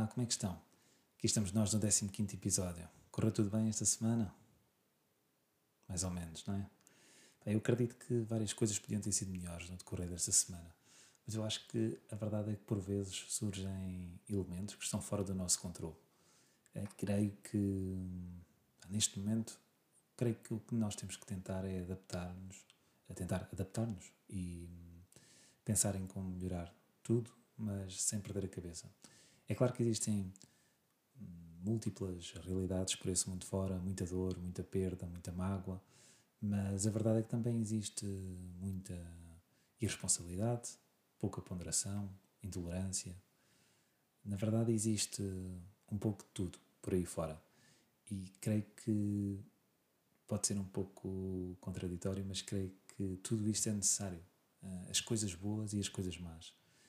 Olá, como é que estão? Aqui estamos nós no 15º episódio. Correu tudo bem esta semana? Mais ou menos, não é? Bem, eu acredito que várias coisas podiam ter sido melhores no decorrer desta semana, mas eu acho que a verdade é que por vezes surgem elementos que estão fora do nosso controle. Creio que, neste momento, creio que o que nós temos que tentar é tentar adaptar-nos e pensar em como melhorar tudo, mas sem perder a cabeça. É claro que existem múltiplas realidades por esse mundo fora, muita dor, muita perda, muita mágoa, mas a verdade é que também existe muita irresponsabilidade, pouca ponderação, intolerância. Na verdade existe um pouco de tudo por aí fora e creio que pode ser um pouco contraditório, mas creio que tudo isto é necessário. As coisas boas e as coisas más.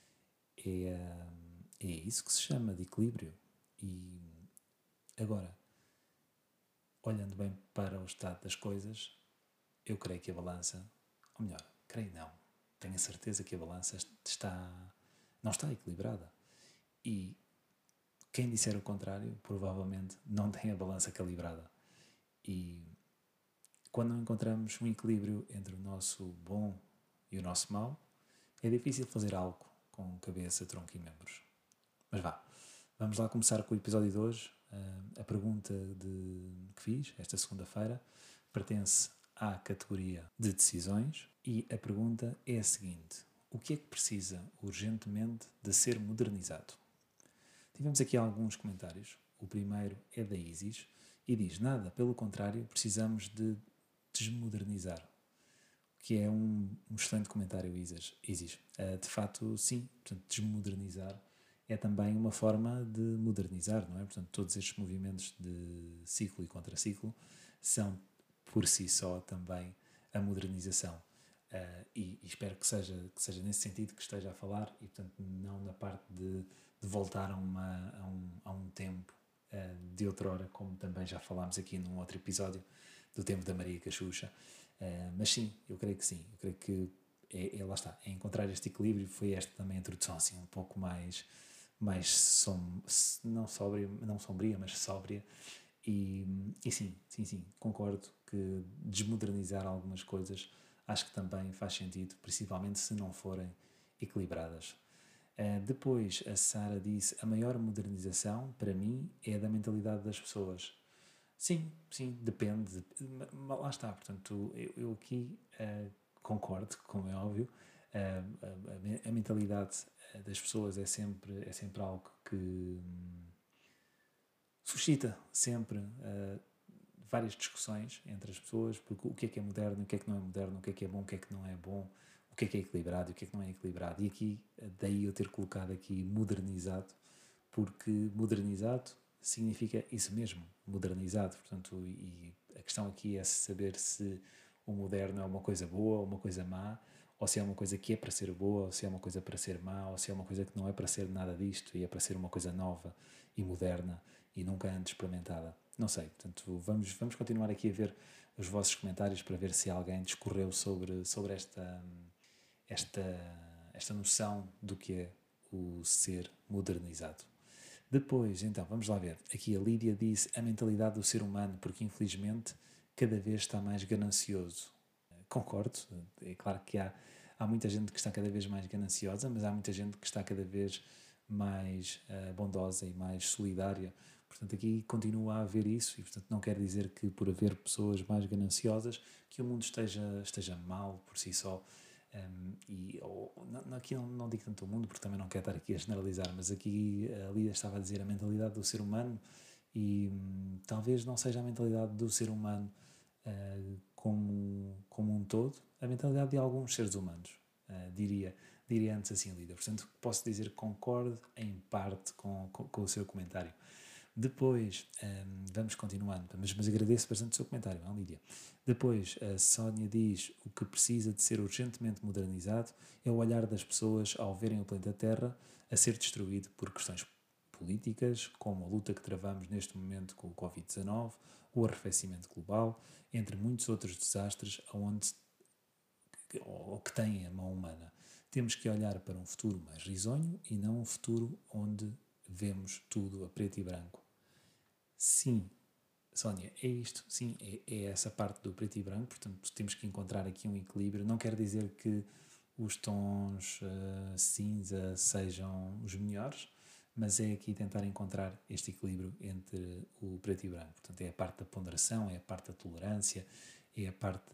É isso que se chama de equilíbrio. E agora, olhando bem para o estado das coisas, eu creio que a balança, ou melhor, creio não, tenho a certeza que a balança não está equilibrada. E quem disser o contrário, provavelmente não tem a balança calibrada. E quando não encontramos um equilíbrio entre o nosso bom e o nosso mau, é difícil fazer algo com cabeça, tronco e membros. Mas vá, vamos lá começar com o episódio de hoje. A pergunta que fiz esta segunda-feira pertence à categoria de decisões e a pergunta é a seguinte: o que é que precisa urgentemente de ser modernizado? Tivemos aqui alguns comentários. O primeiro é da Isis e diz: nada, pelo contrário, precisamos de desmodernizar. Que é um excelente comentário, Isis. De facto, sim, portanto, desmodernizar é também uma forma de modernizar, não é? Portanto, todos estes movimentos de ciclo e contraciclo são, por si só, também a modernização. E espero que seja nesse sentido que esteja a falar e, portanto, não na parte de voltar a um tempo de outrora, como também já falámos aqui num outro episódio do tempo da Maria Cachucha. Mas sim, eu creio que sim. Eu creio que lá está, é encontrar este equilíbrio. Foi esta também a introdução assim, um pouco mais não sombria, mas sóbria. E sim, concordo que desmodernizar algumas coisas acho que também faz sentido, principalmente se não forem equilibradas. Depois a Sara disse: a maior modernização para mim é a da mentalidade das pessoas. Sim, depende. Lá está, portanto, eu aqui concordo, como é óbvio. A mentalidade das pessoas é sempre algo que suscita sempre várias discussões entre as pessoas, porque o que é moderno, o que não é moderno, o que é bom, o que não é bom, o que é equilibrado e o que não é equilibrado. E aqui, daí eu ter colocado aqui modernizado, porque modernizado significa isso mesmo, modernizado. Portanto, e a questão aqui é saber se o moderno é uma coisa boa ou uma coisa má, ou se é uma coisa que é para ser boa, ou se é uma coisa para ser má, ou se é uma coisa que não é para ser nada disto e é para ser uma coisa nova e moderna e nunca antes experimentada. Não sei, portanto, vamos continuar aqui a ver os vossos comentários para ver se alguém discorreu sobre esta noção do que é o ser modernizado. Depois, então, vamos lá ver. Aqui a Lídia diz a mentalidade do ser humano, porque infelizmente cada vez está mais ganancioso. Concordo, é claro que há muita gente que está cada vez mais gananciosa, mas há muita gente que está cada vez mais bondosa e mais solidária. Portanto, aqui continua a haver isso e, portanto, não quer dizer que por haver pessoas mais gananciosas que o mundo esteja mal por si só. Aqui não digo tanto o mundo, porque também não quero estar aqui a generalizar, mas aqui a Lídia estava a dizer a mentalidade do ser humano e talvez não seja a mentalidade do ser humano como um todo, a mentalidade de alguns seres humanos, diria antes assim, Lídia. Portanto, posso dizer que concordo em parte com o seu comentário. Depois, vamos continuando, mas agradeço bastante o seu comentário, não, Lídia? Depois, a Sónia diz: o que precisa de ser urgentemente modernizado é o olhar das pessoas ao verem o planeta Terra a ser destruído por questões políticas, como a luta que travamos neste momento com o Covid-19, o arrefecimento global, entre muitos outros desastres que têm a mão humana. Temos que olhar para um futuro mais risonho e não um futuro onde vemos tudo a preto e branco. Sim, Sónia, é isto, sim, é essa parte do preto e branco, portanto temos que encontrar aqui um equilíbrio. Não quer dizer que os tons cinza sejam os melhores, mas é aqui tentar encontrar este equilíbrio entre o preto e branco. Portanto, é a parte da ponderação, é a parte da tolerância, é a parte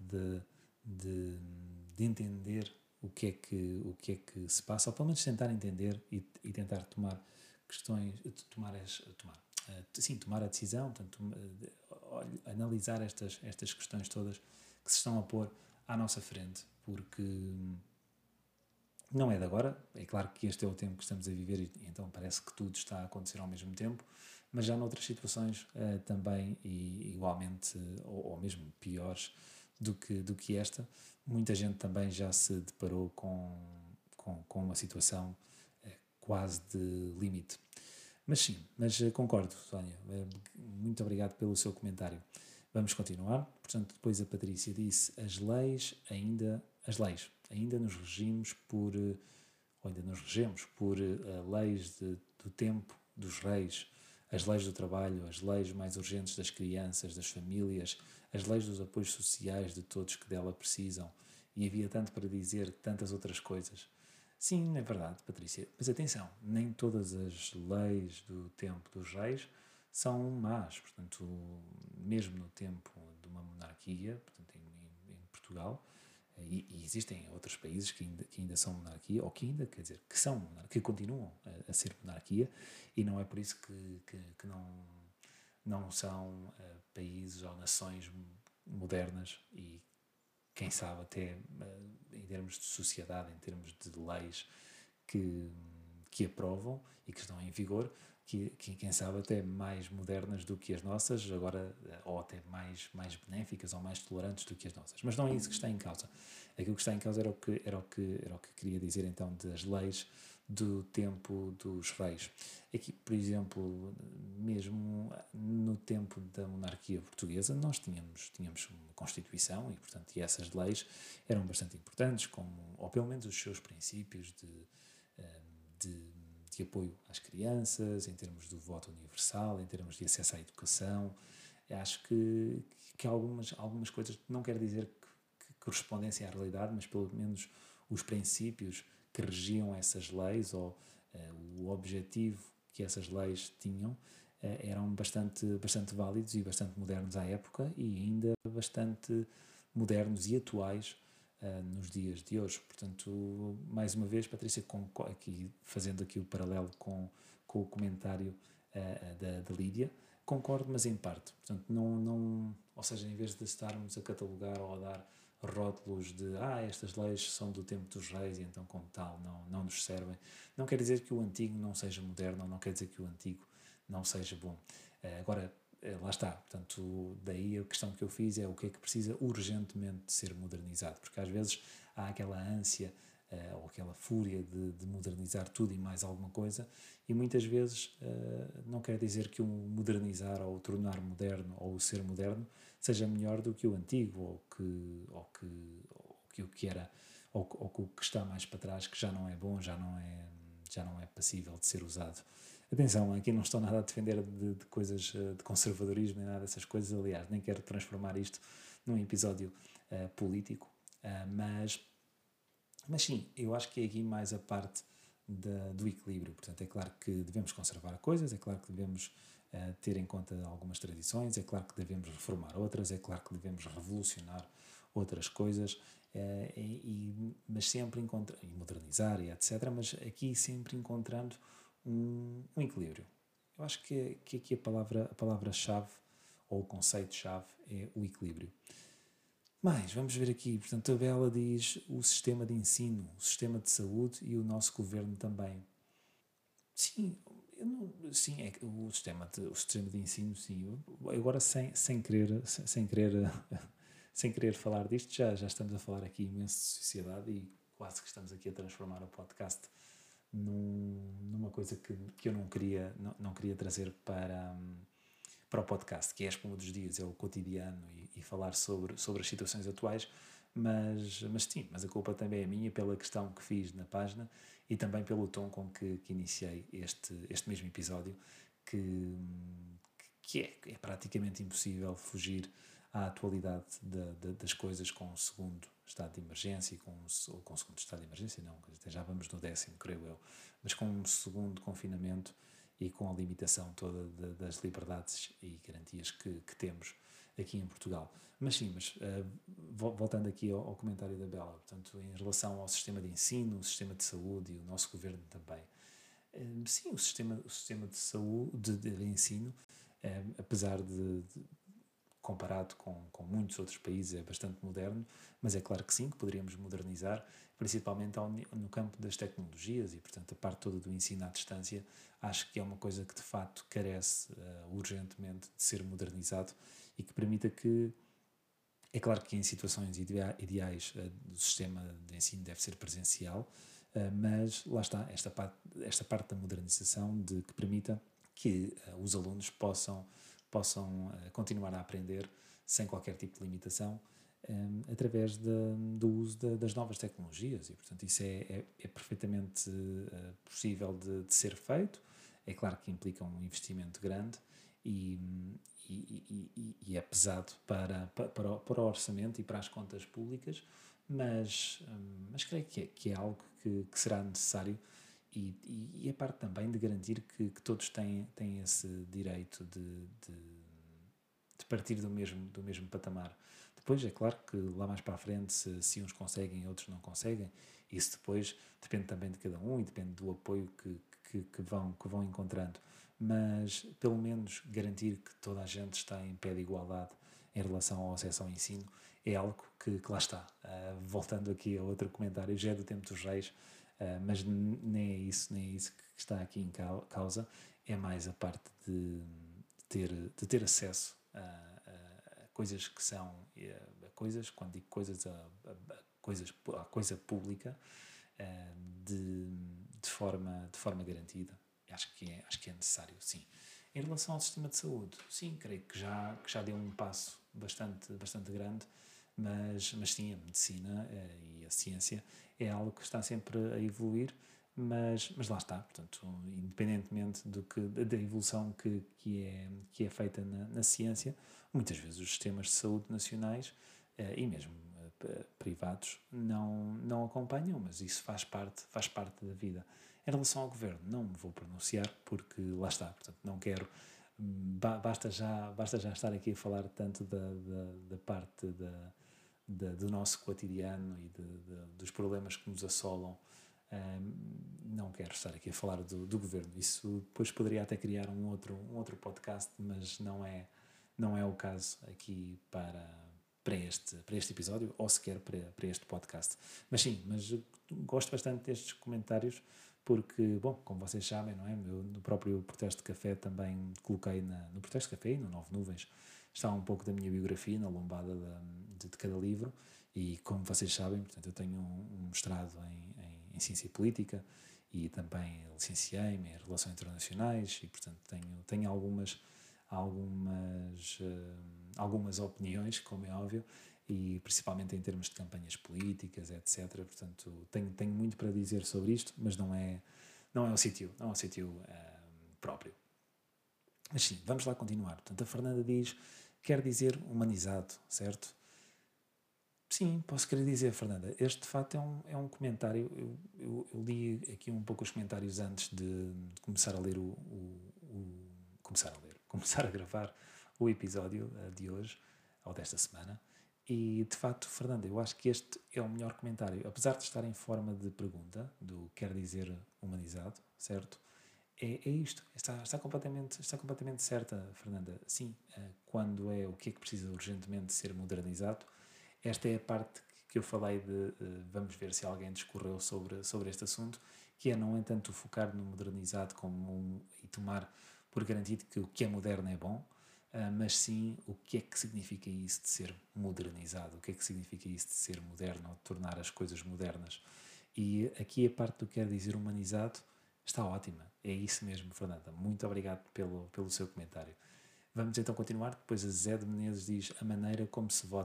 de entender o que é que se passa, ou pelo menos tentar entender e tentar tomar questões, tomar a decisão, portanto, analisar estas questões todas que se estão a pôr à nossa frente, porque não é de agora. É claro que este é o tempo que estamos a viver e então parece que tudo está a acontecer ao mesmo tempo, mas já noutras situações também, e igualmente, ou mesmo piores do que esta, muita gente também já se deparou com uma situação quase de limite. Mas sim, concordo, Sónia. Muito obrigado pelo seu comentário. Vamos continuar. Portanto, depois a Patrícia disse: ainda nos regimos por, ou ainda nos regemos por leis do tempo dos reis, as leis do trabalho, as leis mais urgentes das crianças, das famílias, as leis dos apoios sociais de todos que dela precisam. E havia tanto para dizer, tantas outras coisas. Sim, é verdade, Patrícia. Mas atenção, nem todas as leis do tempo dos reis são más. Portanto, mesmo no tempo de uma monarquia, portanto, em Portugal, e existem outros países que ainda são monarquia, ou que ainda, quer dizer, que continuam a ser monarquia, e não é por isso que não são países ou nações modernas e quem sabe até em termos de sociedade, em termos de leis que aprovam e que estão em vigor, que quem sabe até mais modernas do que as nossas, agora, ou até mais benéficas ou mais tolerantes do que as nossas. Mas não é isso que está em causa. Aquilo que está em causa era o que queria dizer então das leis do tempo dos reis. Aqui, por exemplo, mesmo no tempo da monarquia portuguesa, nós tínhamos uma Constituição e, portanto, essas leis eram bastante importantes, ou pelo menos os seus princípios de apoio às crianças, em termos do voto universal, em termos de acesso à educação. Eu acho que algumas coisas, não quer dizer que correspondessem à realidade, mas pelo menos os princípios que regiam essas leis ou o objetivo que essas leis tinham eram bastante válidos e bastante modernos à época e ainda bastante modernos e atuais nos dias de hoje. Portanto, mais uma vez, Patrícia, aqui, fazendo aqui o paralelo com o comentário da Lídia, concordo, mas em parte. Portanto, ou seja, em vez de estarmos a catalogar ou a dar rótulos de estas leis são do tempo dos reis e então como tal não nos servem, não quer dizer que o antigo não seja moderno, não quer dizer que o antigo não seja bom. Agora, lá está, portanto, daí a questão que eu fiz é o que é que precisa urgentemente de ser modernizado, porque às vezes há aquela ânsia ou aquela fúria de modernizar tudo e mais alguma coisa, e muitas vezes não quer dizer que o modernizar ou o tornar moderno ou o ser moderno seja melhor do que o antigo ou que o que era ou que o que está mais para trás, que já não é bom, já não é passível de ser usado. Atenção, aqui não estou nada a defender de coisas de conservadorismo nem nada dessas coisas, aliás, nem quero transformar isto num episódio político, mas sim, eu acho que é aqui mais a parte do equilíbrio. Portanto, é claro que devemos conservar coisas, é claro que devemos ter em conta algumas tradições, é claro que devemos reformar outras, é claro que devemos revolucionar outras coisas, mas sempre e modernizar e etc. Mas aqui sempre encontrando um equilíbrio. Eu acho que aqui a palavra-chave ou o conceito-chave é o equilíbrio. Mas, vamos ver aqui, portanto, a Bela diz o sistema de ensino, o sistema de saúde e o nosso governo também. Sim, sim, é o sistema de ensino, sim. Agora, sem querer sem querer falar disto, já estamos a falar aqui imenso de sociedade e quase que estamos aqui a transformar o podcast numa coisa que eu não queria trazer para o podcast, que é a espuma dos dias, é o cotidiano e falar sobre as situações atuais, mas sim, mas a culpa também é minha pela questão que fiz na página e também pelo tom com que iniciei este mesmo episódio, que, que é praticamente impossível fugir à atualidade das coisas com o segundo estado de emergência, ou com o segundo estado de emergência, não, até já vamos no 10º, creio eu, mas com um segundo confinamento e com a limitação toda das liberdades e garantias que temos aqui em Portugal. Mas sim, voltando aqui ao comentário da Bela, portanto, em relação ao sistema de ensino, o sistema de saúde e o nosso governo também, sim, o sistema de saúde, de ensino, apesar comparado com muitos outros países, é bastante moderno, mas é claro que sim, que poderíamos modernizar, principalmente no campo das tecnologias e, portanto, a parte toda do ensino à distância, acho que é uma coisa que de facto carece urgentemente de ser modernizado e que permita que, é claro que em situações ideais o sistema de ensino deve ser presencial, mas lá está, esta parte da modernização que permita que os alunos possam continuar a aprender sem qualquer tipo de limitação, através do uso das novas tecnologias e, portanto, isso é perfeitamente possível de ser feito. É claro que implica um investimento grande e, e é pesado para o orçamento e para as contas públicas, mas creio que é algo que será necessário e a parte também de garantir que todos têm esse direito de partir do mesmo patamar. Depois, é claro que lá mais para a frente, se uns conseguem e outros não conseguem, isso depois depende também de cada um e depende do apoio que vão encontrando. Mas, pelo menos, garantir que toda a gente está em pé de igualdade em relação ao acesso ao ensino é algo que lá está. Voltando aqui a outro comentário, já é do tempo dos reis, mas nem é isso que está aqui em causa, é mais a parte de ter acesso a coisas que são a coisas, quando digo coisas, a coisa pública, de forma garantida. Acho que é necessário, sim. Em relação ao sistema de saúde, sim, creio que já deu um passo bastante grande, mas sim, a medicina e a ciência é algo que está sempre a evoluir, mas lá está, portanto, independentemente da evolução que é feita na ciência, muitas vezes os sistemas de saúde nacionais e mesmo privados não acompanham, mas isso faz parte da vida. Em relação ao governo, não me vou pronunciar porque lá está, portanto, não quero. Basta já estar aqui a falar tanto da parte do nosso cotidiano e dos problemas que nos assolam. Não quero estar aqui a falar do governo. Isso depois poderia até criar um outro podcast, mas não é o caso aqui para este episódio ou sequer para este podcast. Mas sim, gosto bastante destes comentários porque, bom, como vocês sabem, não é? Eu, no próprio Protesto de Café também coloquei no Protesto de Café e no Nove Nuvens está um pouco da minha biografia na lombada de cada livro e, como vocês sabem, portanto, eu tenho um mestrado em Ciência Política e também licenciei-me em Relações Internacionais e, portanto, tenho algumas opiniões, como é óbvio, e principalmente em termos de campanhas políticas, etc. Portanto, tenho muito para dizer sobre isto, mas não é o sítio próprio. Mas sim, vamos lá continuar. Portanto, a Fernanda diz, quer dizer humanizado, certo? Sim, posso querer dizer, Fernanda, este de facto é um comentário, eu li aqui um pouco os comentários antes de começar a ler começar a gravar o episódio de hoje, ou desta semana, e de facto, Fernanda, eu acho que este é o melhor comentário, apesar de estar em forma de pergunta, do quer dizer humanizado, certo? É isto, está completamente certa, Fernanda. Sim, quando é o que é que precisa urgentemente ser modernizado, esta é a parte que eu falei vamos ver se alguém discorreu sobre este assunto, que é não é tanto focar no modernizado e tomar por garantido que o que é moderno é bom, mas sim o que é que significa isso de ser modernizado, o que é que significa isso de ser moderno ou de tornar as coisas modernas. E aqui a parte do que quer dizer humanizado está ótima. É isso mesmo, Fernanda. Muito obrigado pelo seu comentário. Vamos então continuar. Depois a Zé de Menezes diz a maneira como se vota.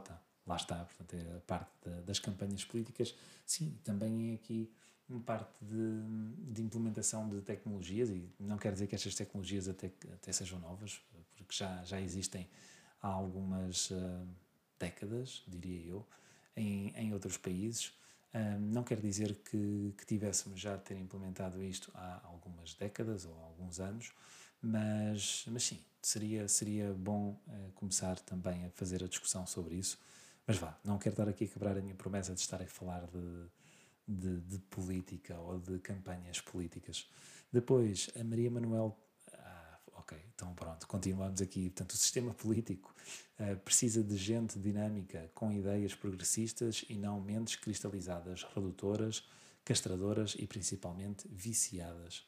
lá está, portanto, é a parte das campanhas políticas. Sim, também é aqui uma parte de implementação de tecnologias, e não quer dizer que estas tecnologias até sejam novas, porque já existem há algumas décadas, diria eu, em outros países. Não quer dizer que tivéssemos já de ter implementado isto há algumas décadas ou alguns anos, mas sim, seria bom começar também a fazer a discussão sobre isso. Mas vá, não quero estar aqui a quebrar a minha promessa de estar a falar de política ou de campanhas políticas. Depois, a Maria Manuel. Ok, então pronto, continuamos aqui. Portanto, o sistema político precisa de gente dinâmica, com ideias progressistas e não mentes cristalizadas, redutoras, castradoras e principalmente viciadas.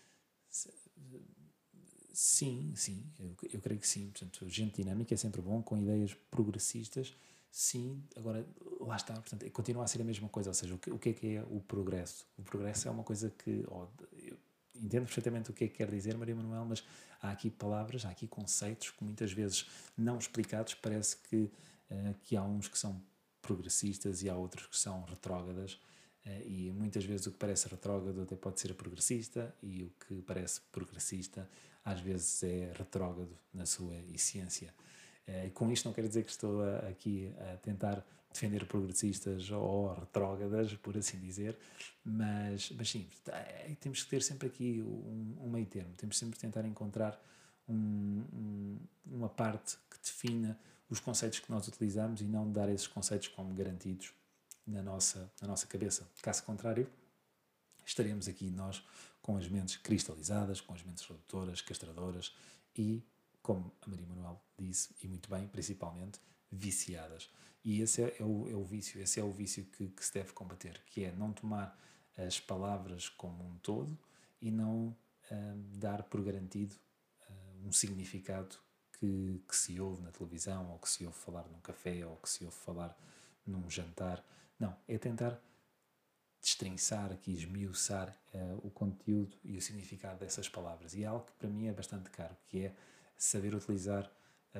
Sim, sim, eu creio que sim. Portanto, gente dinâmica é sempre bom, com ideias progressistas, sim. Agora, lá está, portanto, continua a ser a mesma coisa. Ou seja, o que é o progresso? O progresso é uma coisa que, eu entendo perfeitamente o que é que quer dizer Maria Manuel, mas há aqui palavras, há aqui conceitos que muitas vezes não explicados, parece que há uns que são progressistas e há outros que são retrógradas. E muitas vezes o que parece retrógrado até pode ser progressista, e o que parece progressista às vezes é retrógrado na sua essência. Com isto não quero dizer que estou aqui a tentar defender progressistas ou retrógradas, por assim dizer, mas sim, temos que ter sempre aqui um meio termo, temos sempre que tentar encontrar uma parte que defina os conceitos que nós utilizamos e não dar esses conceitos como garantidos na nossa cabeça. Caso contrário, estaremos aqui nós com as mentes cristalizadas, com as mentes redutoras, castradoras e, como a Maria Manuel disse, e muito bem, principalmente, viciadas. E esse é o vício, esse é o vício que se deve combater, que é não tomar as palavras como um todo e não dar por garantido um significado que se ouve na televisão, ou que se ouve falar num café, ou que se ouve falar num jantar. Não, é tentar destrinçar aqui, esmiuçar o conteúdo e o significado dessas palavras. E é algo que para mim é bastante caro, que é saber utilizar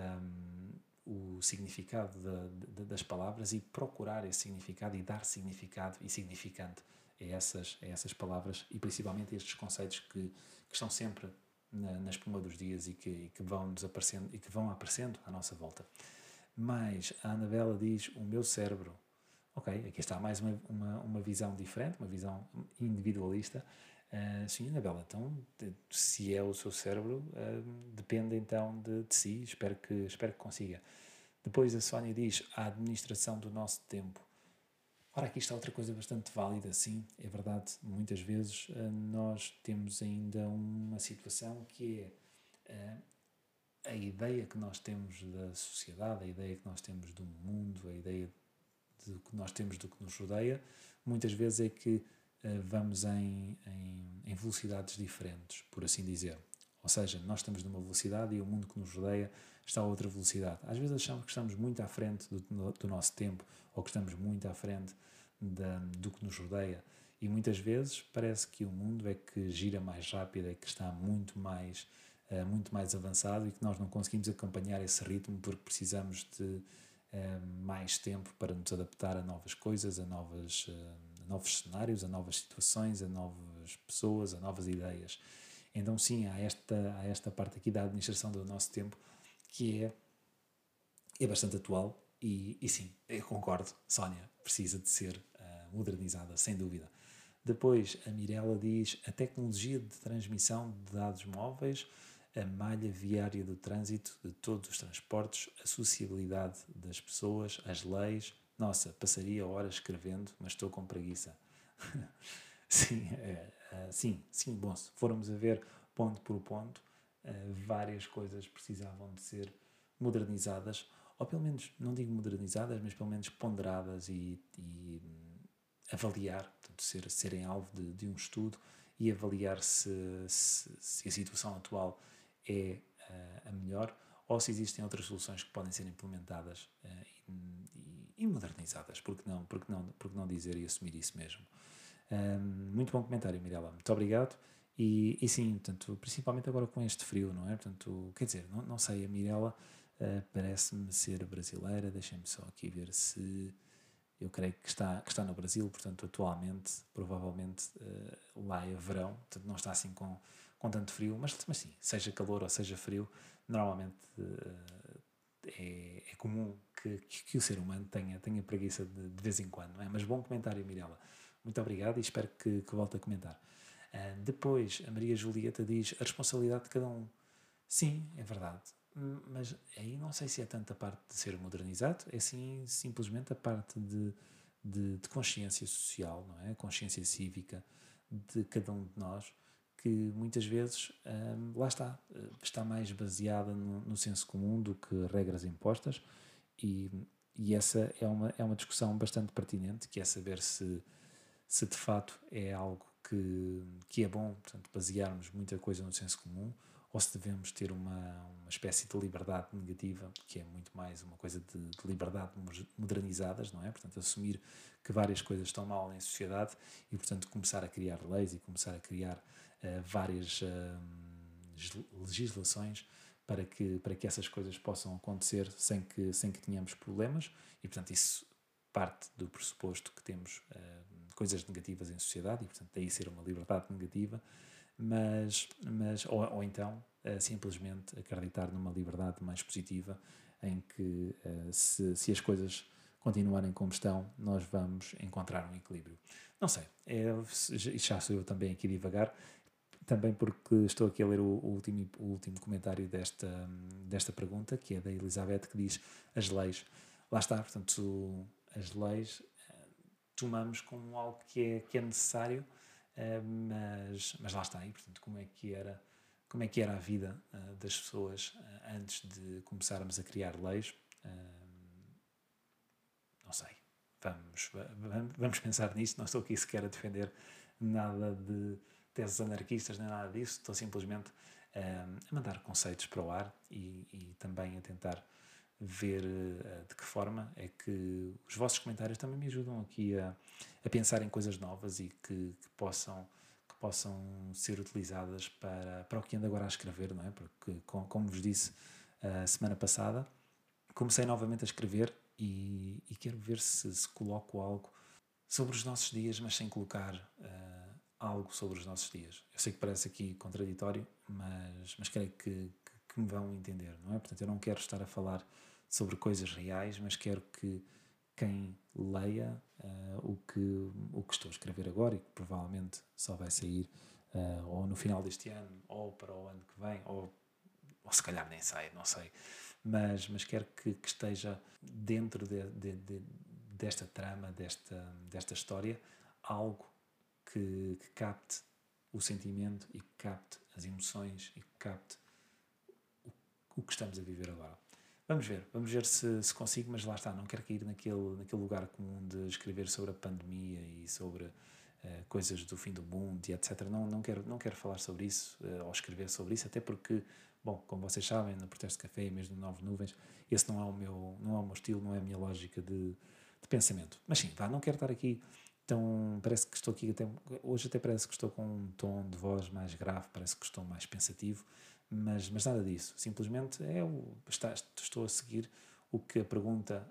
o significado das palavras e procurar esse significado e dar significado e significante a essas palavras, e principalmente a estes conceitos que estão sempre na espuma dos dias e que vão desaparecendo e que vão aparecendo à nossa volta. Mas a Anabela diz: o meu cérebro. Ok, aqui está mais uma visão diferente, uma visão individualista. Sim, Anabela, então, se é o seu cérebro, depende então de si, espero que consiga. Depois a Sónia diz: a administração do nosso tempo. Ora, aqui está outra coisa bastante válida, sim, é verdade. Muitas vezes nós temos ainda uma situação que é a ideia que nós temos da sociedade, a ideia que nós temos do mundo, a ideia do que nós temos do que nos rodeia, muitas vezes é que vamos em velocidades diferentes, por assim dizer. Ou seja, nós estamos numa velocidade e o mundo que nos rodeia está a outra velocidade. Às vezes achamos que estamos muito à frente do nosso tempo, ou que estamos muito à frente do que nos rodeia. E muitas vezes parece que o mundo é que gira mais rápido, é que está muito mais avançado, e que nós não conseguimos acompanhar esse ritmo porque precisamos de mais tempo para nos adaptar a novas coisas, a novos cenários, a novas situações, a novas pessoas, a novas ideias. Então sim, há esta parte aqui da administração do nosso tempo que é bastante atual, e sim, eu concordo, Sónia, precisa de ser modernizada, sem dúvida. Depois a Mirella diz: a tecnologia de transmissão de dados móveis, a malha viária do trânsito, de todos os transportes, a sociabilidade das pessoas, as leis. Nossa, passaria horas escrevendo, mas estou com preguiça. Sim, sim, bom, se formos a ver ponto por ponto, várias coisas precisavam de ser modernizadas, ou pelo menos, não digo modernizadas, mas pelo menos ponderadas e avaliar, portanto, serem alvo de um estudo, e avaliar se a situação atual é a melhor, ou se existem outras soluções que podem ser implementadas e modernizadas. Porque não dizer e assumir isso mesmo? Muito bom comentário, Mirella. Muito obrigado. E sim, portanto, principalmente agora com este frio, não é? Portanto, quer dizer, não sei, a Mirella parece-me ser brasileira. Deixem-me só aqui ver se... Eu creio que está no Brasil, portanto, atualmente, provavelmente, lá é verão, portanto, não está assim com tanto frio, mas sim, seja calor ou seja frio, normalmente é comum que o ser humano tenha preguiça de vez em quando, não é? Mas bom comentário, Mirella. Muito obrigado e espero que volte a comentar. Depois, a Maria Julieta diz a responsabilidade de cada um. Sim, é verdade. Mas aí não sei se é tanto a parte de ser modernizado, é sim simplesmente a parte de consciência social, não é? Consciência cívica de cada um de nós, que muitas vezes, lá está mais baseada no senso comum do que regras impostas, e, e essa é uma discussão bastante pertinente, que é saber se de fato é algo que é bom, portanto, basearmos muita coisa no senso comum, ou se devemos ter uma espécie de liberdade negativa, que é muito mais uma coisa de liberdade modernizadas, não é? Portanto, assumir que várias coisas estão mal em sociedade e, portanto, começar a criar leis e começar a criar várias legislações para que essas coisas possam acontecer sem que tenhamos problemas e, portanto, isso parte do pressuposto que temos coisas negativas em sociedade e, portanto, daí ser uma liberdade negativa, ou então simplesmente acreditar numa liberdade mais positiva em que se as coisas continuarem como estão, nós vamos encontrar um equilíbrio. Não sei, já sou eu também aqui devagar, também porque estou aqui a ler o último comentário desta pergunta, que é da Elizabeth, que diz as leis. Lá está, portanto, as leis tomamos como algo que é necessário, mas lá está, e portanto, como é que era a vida das pessoas antes de começarmos a criar leis? Não sei. Vamos pensar nisso. Não estou aqui sequer a defender nada de teses anarquistas nem nada disso. Estou simplesmente a mandar conceitos para o ar e também a tentar ver de que forma é que os vossos comentários também me ajudam aqui a pensar em coisas novas e que possam ser utilizadas para o que ando agora a escrever, não é? Porque, como vos disse a semana passada, comecei novamente a escrever e quero ver se coloco algo sobre os nossos dias, mas sem colocar algo sobre os nossos dias. Eu sei que parece aqui contraditório, mas creio que me vão entender, não é? Portanto, eu não quero estar a falar sobre coisas reais, mas quero que quem leia o que estou a escrever agora e que provavelmente só vai sair ou no final deste ano ou para o ano que vem, ou se calhar nem sai, não sei, mas quero que esteja dentro desta trama, desta história, algo que capte o sentimento e que capte as emoções e que capte o que estamos a viver agora. Vamos ver se consigo, mas lá está, não quero cair naquele lugar comum de escrever sobre a pandemia e sobre coisas do fim do mundo e etc. Não quero falar sobre isso ou escrever sobre isso, até porque, bom, como vocês sabem, no Protesto de Café e mesmo no Nove Nuvens, esse não é o meu estilo, não é a minha lógica de pensamento. Mas sim, não quero estar aqui. Então, parece que estou aqui, hoje até parece que estou com um tom de voz mais grave, parece que estou mais pensativo, mas nada disso. Simplesmente estou a seguir o que a pergunta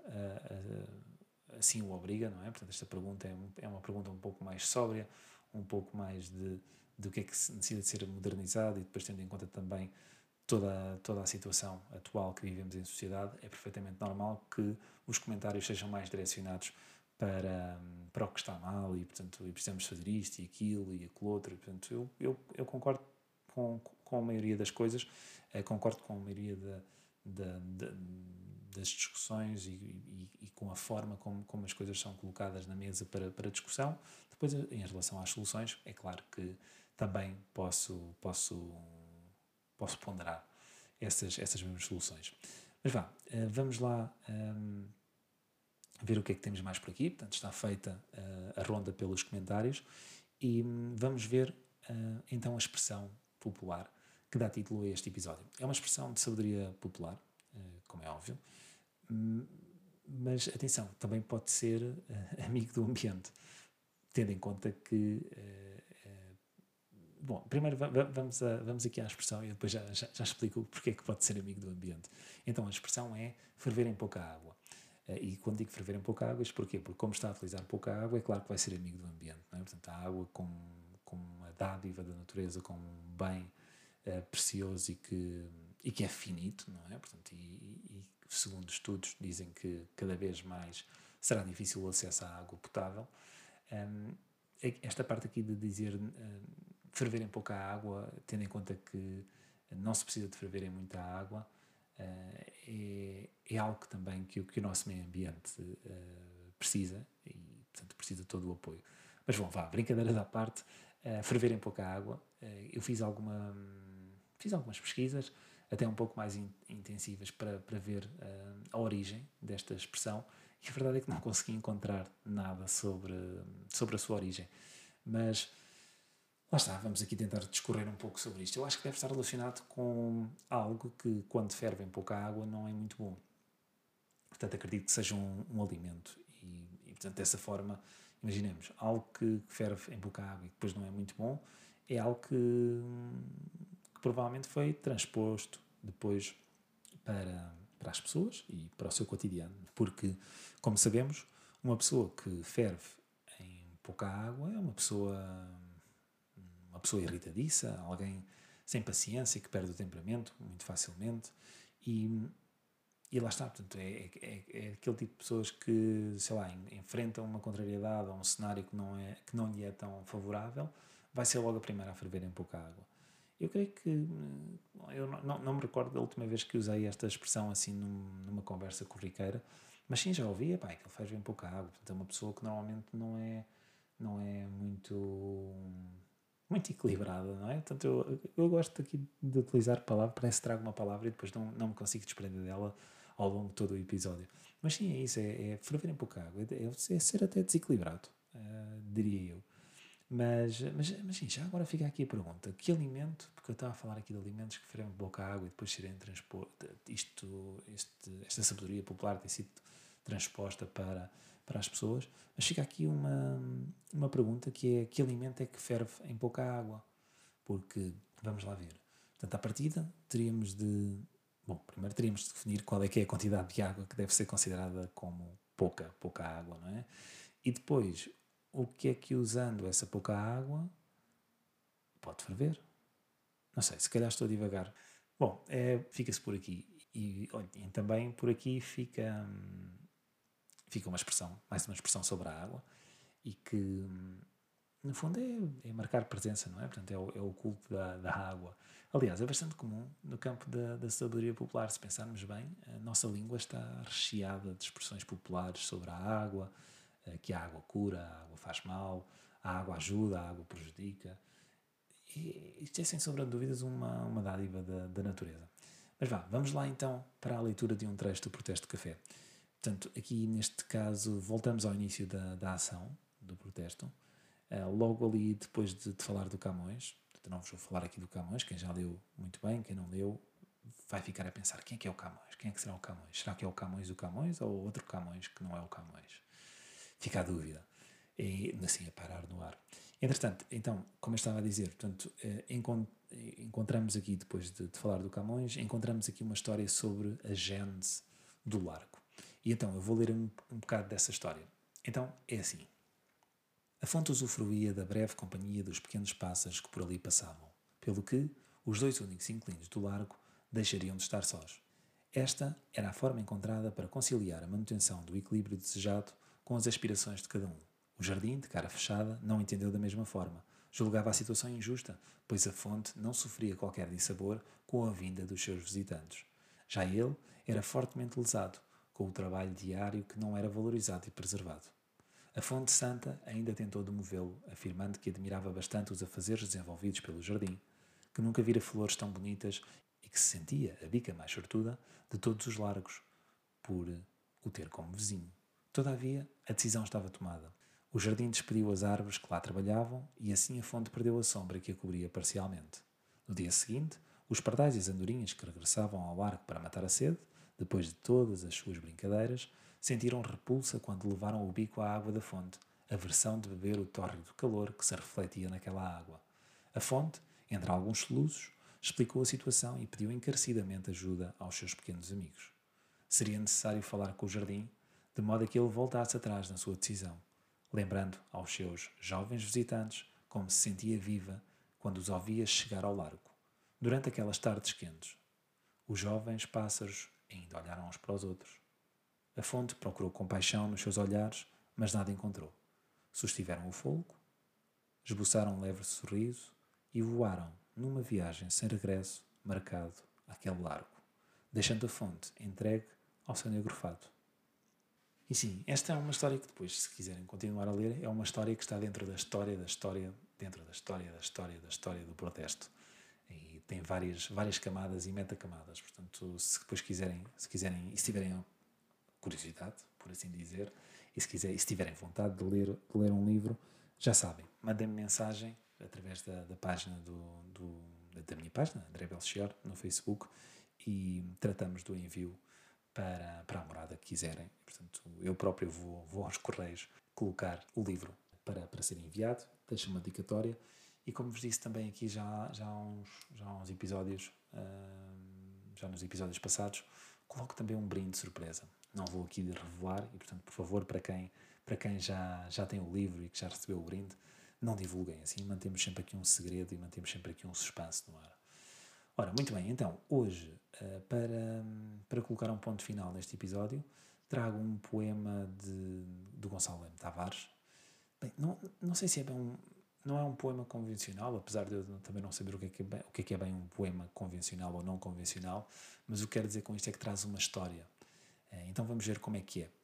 assim o obriga, não é? Portanto, esta pergunta é uma pergunta um pouco mais sóbria, um pouco mais de o que é que se necessita de ser modernizado e depois tendo em conta também toda a situação atual que vivemos em sociedade, é perfeitamente normal que os comentários sejam mais direcionados para o que está mal e, portanto, precisamos fazer isto e aquilo e aquilo outro. E, portanto, eu concordo com a maioria das coisas, concordo com a maioria das discussões e com a forma como as coisas são colocadas na mesa para discussão. Depois, em relação às soluções, é claro que também posso ponderar essas mesmas soluções. Mas vamos lá ver o que é que temos mais por aqui. Portanto, está feita a ronda pelos comentários e vamos ver então a expressão popular que dá título a este episódio. É uma expressão de sabedoria popular, como é óbvio, mas atenção, também pode ser amigo do ambiente, tendo em conta que bom, primeiro vamos aqui à expressão e depois já explico porque é que pode ser amigo do ambiente. Então, a expressão é ferver em pouca água. E quando digo ferver em pouca água, isto porquê? Porque como está a utilizar pouca água, é claro que vai ser amigo do ambiente. Não é? Portanto, a água como uma dádiva da natureza, como um bem precioso e que é finito, não é? Portanto, e segundo estudos dizem que cada vez mais será difícil o acesso à água potável. Esta parte aqui de dizer ferver em pouca água, tendo em conta que não se precisa de ferver em muita água, é algo que também que o nosso meio ambiente precisa e, portanto, precisa de todo o apoio. Mas bom, vá, brincadeiras à parte, ferver em pouca água. Eu fiz algumas pesquisas, até um pouco mais intensivas, para ver a origem desta expressão, e a verdade é que não consegui encontrar nada sobre a sua origem. Mas lá está, vamos aqui tentar discorrer um pouco sobre isto. Eu acho que deve estar relacionado com algo que, quando ferve em pouca água, não é muito bom. Portanto, acredito que seja um alimento. E, portanto, dessa forma, imaginemos, algo que ferve em pouca água e depois não é muito bom, é algo que provavelmente foi transposto depois para as pessoas e para o seu cotidiano. Porque, como sabemos, uma pessoa que ferve em pouca água é uma pessoa irritadiça, alguém sem paciência, que perde o temperamento muito facilmente e lá está, portanto, é aquele tipo de pessoas que, sei lá, enfrentam uma contrariedade ou um cenário que não lhe é tão favorável, vai ser logo a primeira a ferver em pouca água. Eu creio que, eu não me recordo da última vez que usei esta expressão assim numa conversa corriqueira, mas sim, já ouvi, pá, que ele ferve em pouca água, portanto é uma pessoa que normalmente não é muito equilibrada, não é? Portanto, eu gosto aqui de utilizar palavra, parece que trago uma palavra e depois não me consigo desprender dela ao longo de todo o episódio. Mas sim, é isso, é ferver em pouca água, é ser até desequilibrado, diria eu. Mas sim, já agora fica aqui a pergunta: que alimento, porque eu estava a falar aqui de alimentos que fervem pouca água e depois serem esta sabedoria popular tem sido transposta para as pessoas, mas fica aqui uma pergunta que é: que alimento é que ferve em pouca água? Porque, vamos lá ver, portanto, à partida teríamos de, bom, primeiro teríamos de definir qual é que é a quantidade de água que deve ser considerada como pouca água, não é? E depois, o que é que usando essa pouca água pode ferver? Não sei, se calhar estou a divagar. Bom, fica-se por aqui. E olha, também por aqui fica mais uma expressão sobre a água e que, no fundo, é marcar presença, não é? Portanto, é o culto da água. Aliás, é bastante comum no campo da sabedoria popular. Se pensarmos bem, a nossa língua está recheada de expressões populares sobre a água, que a água cura, a água faz mal, a água ajuda, a água prejudica. E isto é, sem sombra de dúvidas, uma dádiva da natureza. Mas vamos lá então para a leitura de um trecho do protesto de café. Portanto, aqui neste caso, voltamos ao início da ação, do protesto. Logo ali, depois de falar do Camões, portanto, não vos vou falar aqui do Camões, quem já leu muito bem, quem não leu vai ficar a pensar: quem é que é o Camões? Quem é que será o Camões? Será que é o Camões ou outro Camões que não é o Camões? Fica a dúvida. E assim, a parar no ar. Entretanto, então, como eu estava a dizer, portanto, encontramos aqui, depois de falar do Camões, encontramos aqui uma história sobre a gênese do Largo. E então, eu vou ler um bocado dessa história. Então, é assim. A fonte usufruía da breve companhia dos pequenos pássaros que por ali passavam, pelo que os dois únicos inquilinos do Largo deixariam de estar sós. Esta era a forma encontrada para conciliar a manutenção do equilíbrio desejado com as aspirações de cada um. O jardim, de cara fechada, não entendeu da mesma forma. Julgava a situação injusta, pois a fonte não sofria qualquer dissabor com a vinda dos seus visitantes. Já ele era fortemente lesado, com o trabalho diário que não era valorizado e preservado. A fonte santa ainda tentou demovê-lo, afirmando que admirava bastante os afazeres desenvolvidos pelo jardim, que nunca vira flores tão bonitas e que se sentia a bica mais sortuda de todos os largos, por o ter como vizinho. Todavia, a decisão estava tomada. O jardim despediu as árvores que lá trabalhavam e assim a fonte perdeu a sombra que a cobria parcialmente. No dia seguinte, os pardais e as andorinhas que regressavam ao largo para matar a sede, depois de todas as suas brincadeiras, sentiram repulsa quando levaram o bico à água da fonte, aversão de beber o tórrido calor que se refletia naquela água. A fonte, entre alguns soluços, explicou a situação e pediu encarecidamente ajuda aos seus pequenos amigos. Seria necessário falar com o jardim, de modo a que ele voltasse atrás na sua decisão, lembrando aos seus jovens visitantes como se sentia viva quando os ouvia chegar ao largo, durante aquelas tardes quentes. Os jovens pássaros ainda olharam uns para os outros. A fonte procurou compaixão nos seus olhares, mas nada encontrou. Sustiveram o fôlego, esboçaram um leve sorriso e voaram numa viagem sem regresso, marcado àquele largo, deixando a fonte entregue ao seu negro fato. E sim, esta é uma história que depois, se quiserem continuar a ler, é uma história que está dentro da história, dentro da história do protesto. E tem várias camadas e metacamadas. Portanto, se depois quiserem, e se tiverem curiosidade, por assim dizer, e se tiverem vontade de ler um livro, já sabem, mandem-me mensagem através da página da minha página, André Belchior, no Facebook, e tratamos do envio para a morada que quiserem. Portanto, eu próprio vou aos correios colocar o livro para ser enviado, deixo uma dedicatória, e como vos disse também aqui já há uns episódios, já nos episódios passados, coloco também um brinde de surpresa. Não vou aqui revelar e, portanto, por favor, para quem já tem o livro e que já recebeu o brinde, não divulguem, assim mantemos sempre aqui um segredo e mantemos sempre aqui um suspense no ar. Ora, muito bem, então, hoje, para colocar um ponto final neste episódio, trago um poema do Gonçalo M. Tavares. Bem, não sei se é bem não é um poema convencional, apesar de eu também não saber o que é bem um poema convencional ou não convencional, mas o que quero dizer com isto é que traz uma história. Então vamos ver como é que é.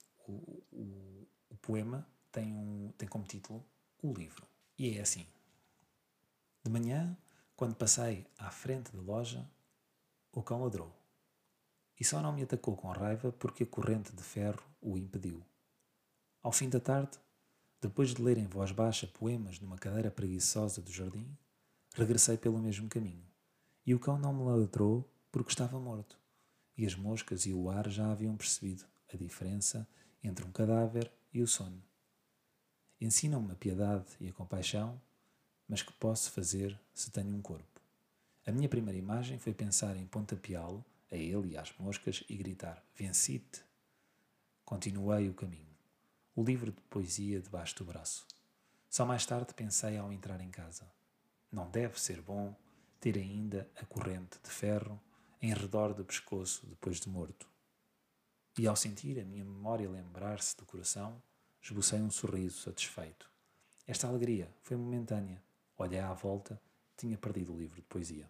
O poema tem como título O Livro. E é assim. De manhã, quando passei à frente da loja, o cão ladrou. E só não me atacou com raiva porque a corrente de ferro o impediu. Ao fim da tarde, depois de ler em voz baixa poemas numa cadeira preguiçosa do jardim, regressei pelo mesmo caminho. E o cão não me ladrou porque estava morto. E as moscas e o ar já haviam percebido a diferença entre um cadáver e o sono. Ensinam-me a piedade e a compaixão, mas que posso fazer se tenho um corpo? A minha primeira imagem foi pensar em pontapeá-lo, a ele e às moscas, e gritar: Venci-te! Continuei o caminho, o livro de poesia debaixo do braço. Só mais tarde pensei ao entrar em casa. Não deve ser bom ter ainda a corrente de ferro em redor do pescoço depois de morto. E ao sentir a minha memória lembrar-se do coração, esbocei um sorriso satisfeito. Esta alegria foi momentânea. Olhei à volta, tinha perdido o livro de poesia.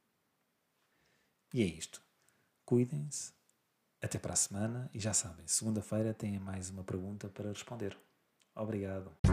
E é isto. Cuidem-se. Até para a semana e já sabem, segunda-feira têm mais uma pergunta para responder. Obrigado.